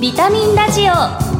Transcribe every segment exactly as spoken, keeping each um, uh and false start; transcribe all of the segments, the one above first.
ビタミンラジオ。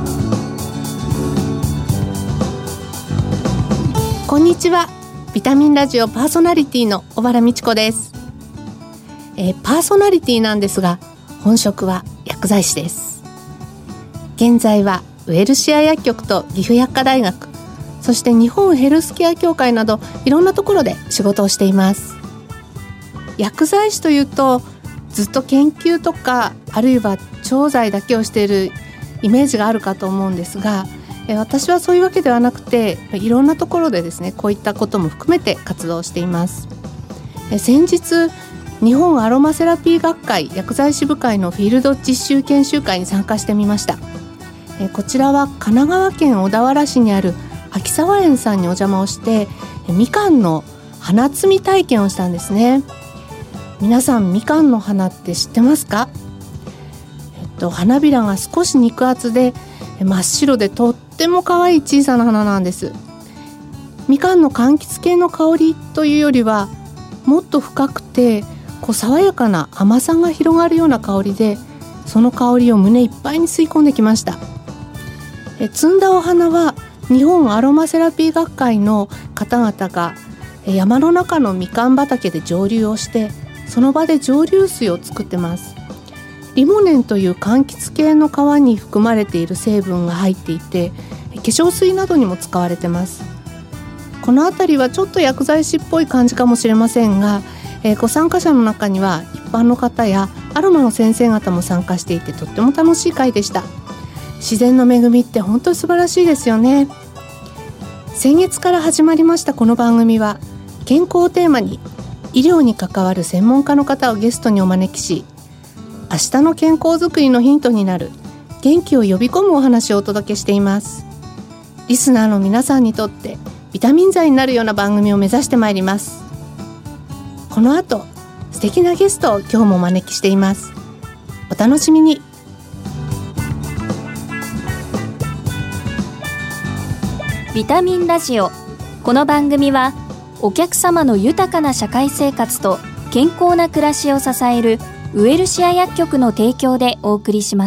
こんにちは。ビタミンラジオパーソナリティの小原美智子です。えー、パーソナリティなんですが、本職は薬剤師です。現在はウエルシア薬局と岐阜薬科大学、そして日本ヘルスケア協会などいろんなところで仕事をしています。薬剤師というとずっと研究とかあるいは調剤だけをしているイメージがあるかと思うんですが、え私はそういうわけではなくて、いろんなところでですね、こういったことも含めて活動しています。え先日日本アロマセラピー学会薬剤師部会のフィールド実習研修会に参加してみました。えこちらは神奈川県小田原市にある秋沢園さんにお邪魔をして、えみかんの花摘み体験をしたんですね。皆さんみかんの花って知ってますか？えっと、花びらが少し肉厚で真っ白でとっても可愛い小さな花なんです。みかんの柑橘系の香りというよりはもっと深くてこう爽やかな甘さが広がるような香りで、その香りを胸いっぱいに吸い込んできました。え摘んだお花は日本アロマセラピー学会の方々が山の中のみかん畑で蒸留をしてその場で蒸留水を作ってます。リモネンという柑橘系の皮に含まれている成分が入っていて、化粧水などにも使われてます。このあたりはちょっと薬剤師っぽい感じかもしれませんが、えー、ご参加者の中には一般の方やアロマの先生方も参加していて、とっても楽しい会でした。自然の恵みって本当に素晴らしいですよね。先月から始まりましたこの番組は、健康をテーマに医療に関わる専門家の方をゲストにお招きし、明日の健康づくりのヒントになる元気を呼び込むお話をお届けしています。リスナーの皆さんにとってビタミン剤になるような番組を目指してまいります。この後素敵なゲストを今日もお招きしています。お楽しみに。 ビタミンラジオ。この番組はお客様の豊かな社会生活と健康な暮らしを支えるウエルシア薬局の提供でお送りします。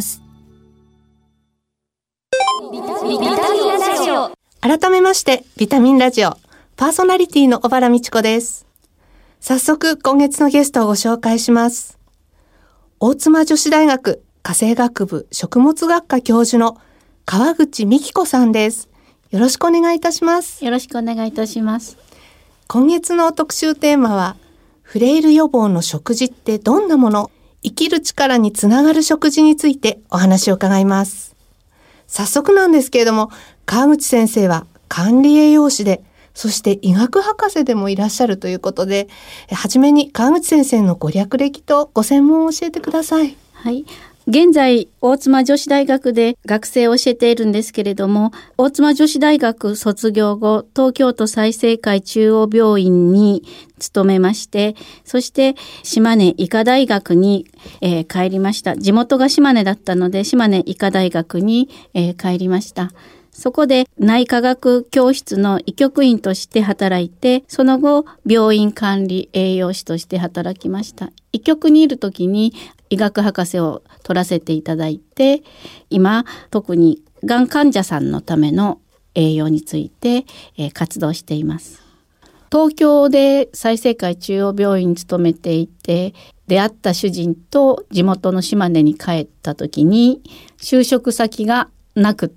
ビタミンラジオ。 改めましてビタミンラジオパーソナリティの小原美智子です。早速今月のゲストをご紹介します。大妻女子大学家政学部食物学科教授の川口美希子さんです。よろしくお願いいたします。 よろしくお願いいたします。 今月の特集テーマは、フレイル予防の食事ってどんなもの？生きる力につながる食事についてお話を伺います。早速なんですけれども、川口先生は管理栄養士で、そして医学博士でもいらっしゃるということで、はじめに川口先生のご略歴とご専門を教えてください。 はい。現在、大妻女子大学で学生を教えているんですけれども、大妻女子大学卒業後、東京都済生会中央病院に勤めまして、そして島根医科大学に、えー、帰りました。地元が島根だったので、島根医科大学に、えー、帰りました。そこで内科学教室の医局員として働いて、その後病院管理栄養士として働きました。医局にいるときに医学博士を取らせていただいて、今特にがん患者さんのための栄養について、えー、活動しています。東京で済生会中央病院に勤めていて、出会った主人と地元の島根に帰ったときに就職先がなくって、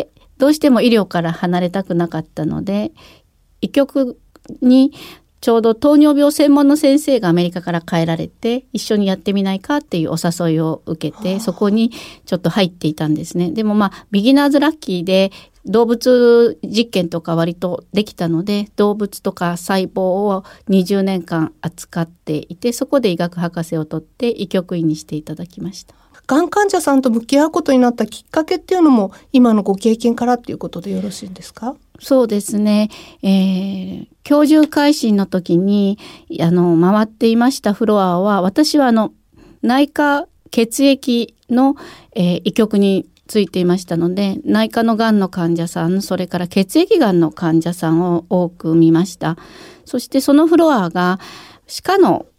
どうしても医療から離れたくなかったので、医局にちょうど糖尿病専門の先生がアメリカから帰られて、一緒にやってみないかっていうお誘いを受けて、そこにちょっと入っていたんですね。でもまあビギナーズラッキーで動物実験とか割とできたので、動物とか細胞をにじゅうねんかん扱っていて、そこで医学博士を取って医局員にしていただきました。 がん患者さんと向き合うことになったきっかけっていうのも今のご経験からっていうことでよろしいんですか？ そうですね、えー、教授回診の時にあの回っていましたフロアは、私はあの内科血液の、えー、医局についていましたので、内科のがんの患者さん、それから血液がんの患者さんを多く見ました。そしてそのフロアが歯科の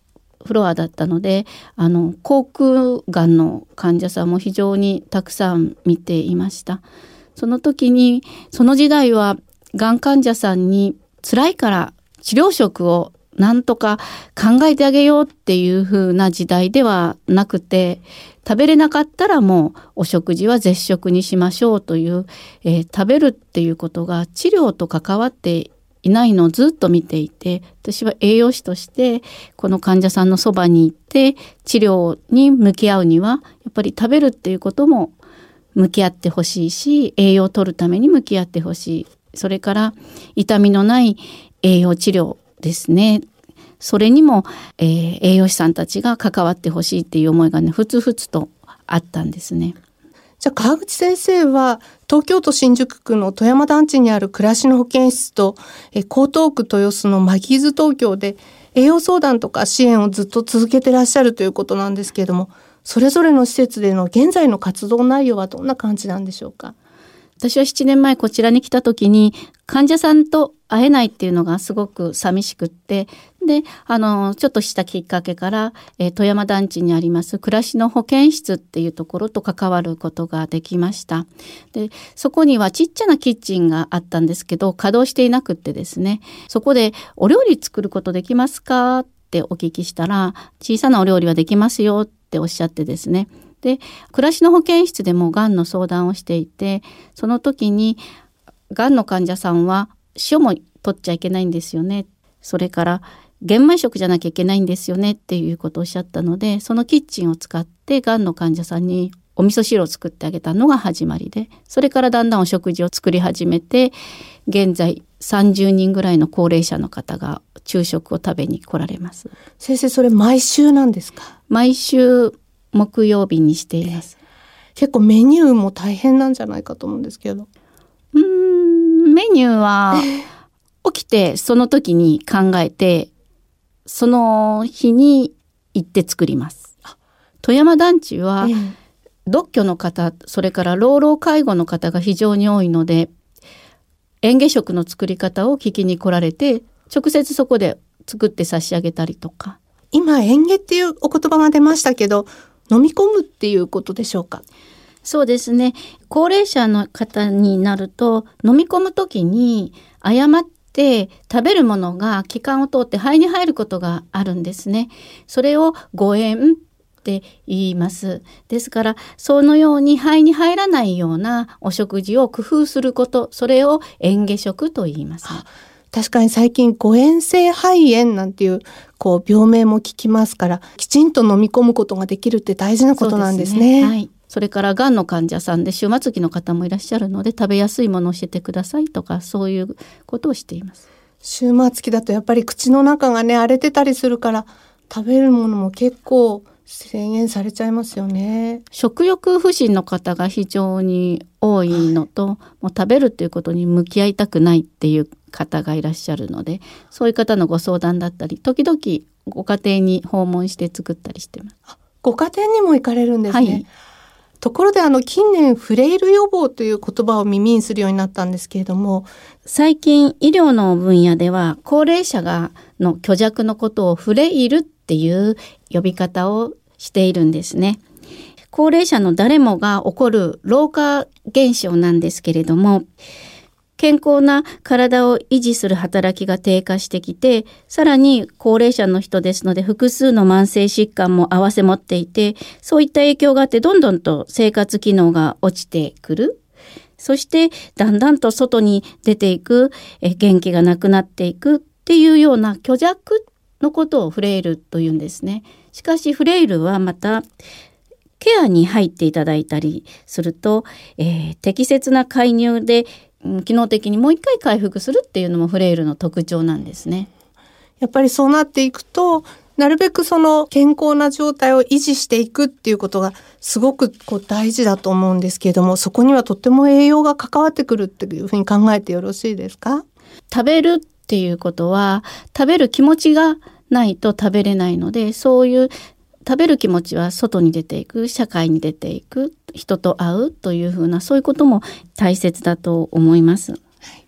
フロアだったので、あの口腔がんの患者さんも非常にたくさん見ていました。その時に、その時代はがん患者さんに辛いから治療食をなんとか考えてあげようっていう風な時代ではなくて、食べれなかったらもうお食事は絶食にしましょうという、えー、食べるっていうことが治療と関わっていないのをずっと見ていて、私は栄養士としてこの患者さんのそばに行って治療に向き合うには、やっぱり食べるっていうことも向き合ってほしいし、栄養を取るために向き合ってほしい。それから痛みのない栄養治療ですね。それにも、えー、栄養士さんたちが関わってほしいっていう思いがね、ふつふつとあったんですね。 じゃあ川口先生は東京都新宿区の戸山団地にある暮らしの保健室とえ江東区豊洲のマギーズ東京で栄養相談とか支援をずっと続けてらっしゃるということなんですけれども、それぞれの施設での現在の活動内容はどんな感じなんでしょうか？ 私はななねんまえこちらに来た時に患者さんと会えないっていうのがすごく寂しくって、で、あの、ちょっとしたきっかけから、えー、戸山団地にあります暮らしの保健室っていうところと関わることができました。で、そこにはちっちゃなキッチンがあったんですけど、稼働していなくってですね、そこでお料理作ることできますかってお聞きしたら、小さなお料理はできますよっておっしゃってですね、で、暮らしの保健室でもがんの相談をしていて、その時にがんの患者さんは塩も取っちゃいけないんですよね。それから玄米食じゃなきゃいけないんですよねっていうことをおっしゃったので、そのキッチンを使ってがんの患者さんにお味噌汁を作ってあげたのが始まりで、それからだんだんお食事を作り始めて、現在さんじゅうにんぐらいの高齢者の方が昼食を食べに来られます。 先生、それ毎週なんですか？ 毎週木曜日にしています。 結構メニューも大変なんじゃないかと思うんですけど。 うーん、メニューは起きてその時に考えて、その日に行って作ります。戸山団地は独居の方、それから老老介護の方が非常に多いので、嚥下食の作り方を聞きに来られて、直接そこで作って差し上げたりとか。 今嚥下っていうお言葉が出ましたけど、飲み込むっていうことでしょうか？ そうですね。高齢者の方になると、飲み込むときに誤って食べるものが気管を通って肺に入ることがあるんですね。それを誤嚥って言います。ですから、そのように肺に入らないようなお食事を工夫すること、それを嚥下食と言います。 確かに最近誤嚥性肺炎なんていうこう病名も聞きますから、きちんと飲み込むことができるって大事なことなんですね。 そうですね。はい。それからがんの患者さんで終末期の方もいらっしゃるので、食べやすいものを教えてくださいとか、そういうことをしています。 終末期だとやっぱり口の中がね荒れてたりするから、食べるものも結構制限されちゃいますよね。 食欲不振の方が非常に多いのと、はい、もう食べるということに向き合いたくないっていう方がいらっしゃるので、そういう方のご相談だったり、時々ご家庭に訪問して作ったりしてます。 あ、ご家庭にも行かれるんですね。はい。ところであの近年フレイル予防という言葉を耳にするようになったんですけれども、 最近医療の分野では高齢者がの虚弱のことをフレイルっていう呼び方をしているんですね。高齢者の誰もが起こる老化現象なんですけれども、健康な体を維持する働きが低下してきて、さらに高齢者の人ですので複数の慢性疾患も併せ持っていて、そういった影響があってどんどんと生活機能が落ちてくる。そしてだんだんと外に出ていく、え元気がなくなっていくっていうような虚弱のことをフレイルというんですね。しかしフレイルはまたケアに入っていただいたりすると、えー、適切な介入で機能的にもう一回回復するっていうのもフレイルの特徴なんですね。 やっぱりそうなっていくと、なるべくその健康な状態を維持していくっていうことがすごくこう大事だと思うんですけれども、そこにはとっても栄養が関わってくるっていうふうに考えてよろしいですか？ 食べるっていうことは食べる気持ちがないと食べれないので、そういう食べる気持ちは外に出ていく、社会に出ていく、人と会うというふうな、そういうことも大切だと思います。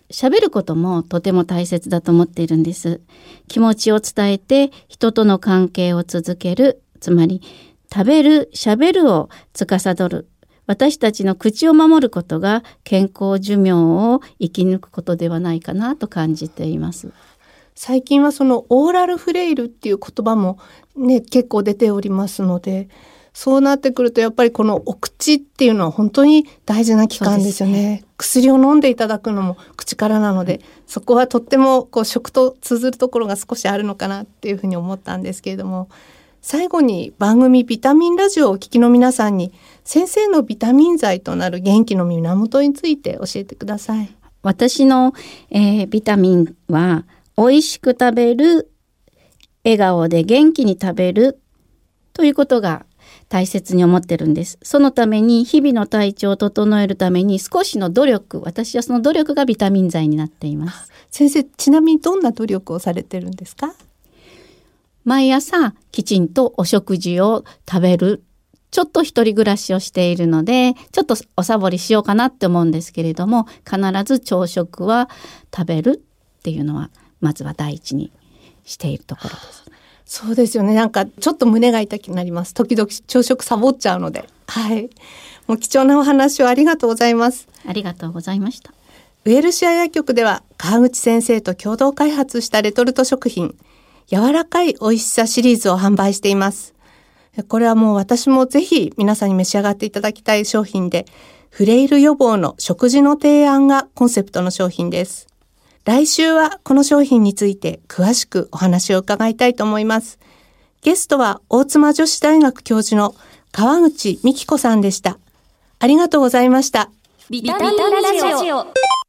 喋ることもとても大切だと思っているんです。気持ちを伝えて人との関係を続ける、つまり食べる、喋るを司る。私たちの口を守ることが健康寿命を生き抜くことではないかなと感じています。 最近はそのオーラルフレイルっていう言葉もね、結構出ておりますので、そうなってくるとやっぱりこのお口っていうのは本当に大事な器官ですよね。ですね。薬を飲んでいただくのも口からなので、そこはとってもこう食と通ずるところが少しあるのかなっていうふうに思ったんですけれども、最後に番組ビタミンラジオをお聞きの皆さんに先生のビタミン剤となる元気の源について教えてください。 私の、えー、ビタミンは美味しく食べる、笑顔で元気に食べるということが大切に思ってるんです。そのために日々の体調を整えるために少しの努力、私はその努力がビタミン剤になっています。 先生、ちなみにどんな努力をされてるんですか？ 毎朝きちんとお食事を食べる。ちょっと一人暮らしをしているので、ちょっとおサボりしようかなって思うんですけれども、必ず朝食は食べるっていうのはまずは第一にしているところです。 そうですよね。なんかちょっと胸が痛くなります。時々朝食サボっちゃうので。はい。もう貴重なお話をありがとうございます。 ありがとうございました。 ウエルシア薬局では川口先生と共同開発したレトルト食品、柔らかい美味しさシリーズを販売しています。これはもう私もぜひ皆さんに召し上がっていただきたい商品で、フレイル予防の食事の提案がコンセプトの商品です。来週はこの商品について詳しくお話を伺いたいと思います。ゲストは大妻女子大学教授の川口美希子さんでした。ありがとうございました。 ビタミンラジオ。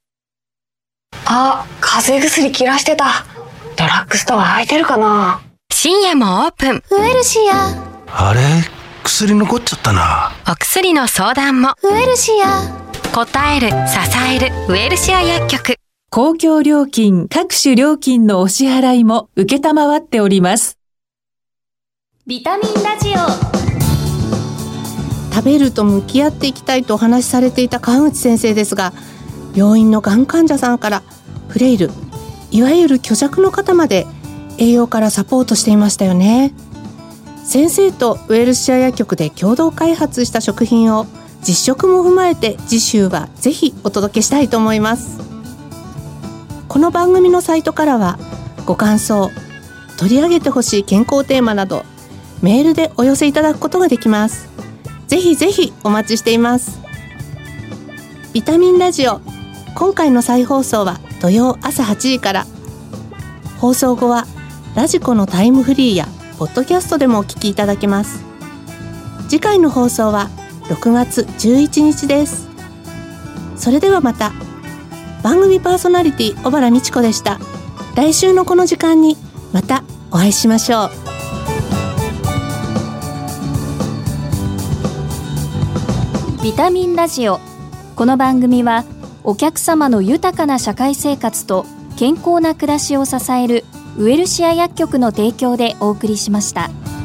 あ、風邪薬切らしてた。ドラッグストア空いてるかな。 深夜もオープン。 ウエルシア。 あれ、薬残っちゃったな。 お薬の相談も。 ウエルシア。 答える、支える、ウエルシア薬局。 公共料金、各種料金のお支払いも受けたまわっております。 ビタミンラジオ。 食べると向き合っていきたいとお話しされていた川口先生ですが、病院のがん患者さんからフレイル、いわゆる虚弱の方まで栄養からサポートしていましたよね。先生とウエルシア薬局で共同開発した食品を実食も踏まえて次週はぜひお届けしたいと思います。この番組のサイトからはご感想、取り上げてほしい健康テーマなどメールでお寄せいただくことができます。ぜひぜひお待ちしています。ビタミンラジオ、今回の再放送は土曜朝はちじから。放送後はラジコのタイムフリーやポッドキャストでもお聞きいただけます。次回の放送はろくがつじゅういちにちです。それではまた。番組パーソナリティ小原美智子でした。来週のこの時間にまたお会いしましょう。 ビタミンラジオ。この番組はお客様の豊かな社会生活と健康な暮らしを支えるウエルシア薬局の提供でお送りしました。